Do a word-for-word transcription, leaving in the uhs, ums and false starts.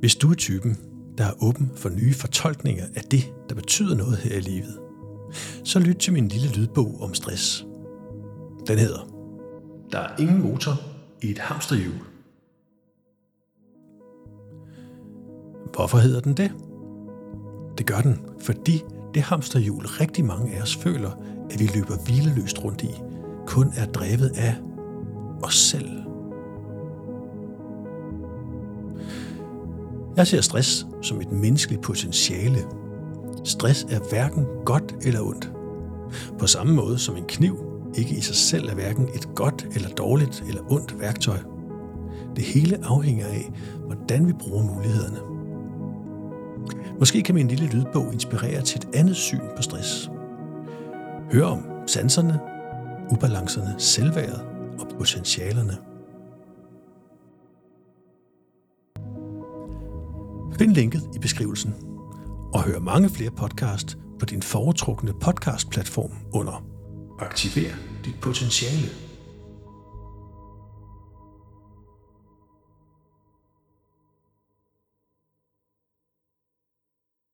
Hvis du er typen, der er åben for nye fortolkninger af det, der betyder noget her i livet, så lyt til min lille lydbog om stress. Den hedder Der er ingen motor i et hamsterhjul. Hvorfor hedder den det? Det gør den, fordi det hamsterhjul rigtig mange af os føler, at vi løber hvileløst rundt i, kun er drevet af os selv. Jeg ser stress som et menneskeligt potentiale. Stress er hverken godt eller ondt. På samme måde som en kniv ikke i sig selv er hverken et godt eller dårligt eller ondt værktøj. Det hele afhænger af, hvordan vi bruger mulighederne. Måske kan min lille lydbog inspirere til et andet syn på stress. Hør om sanserne, ubalancerne, selvværdet og potentialerne. Find linket i beskrivelsen og hør mange flere podcast på din foretrukne podcastplatform under Aktiver dit potentiale.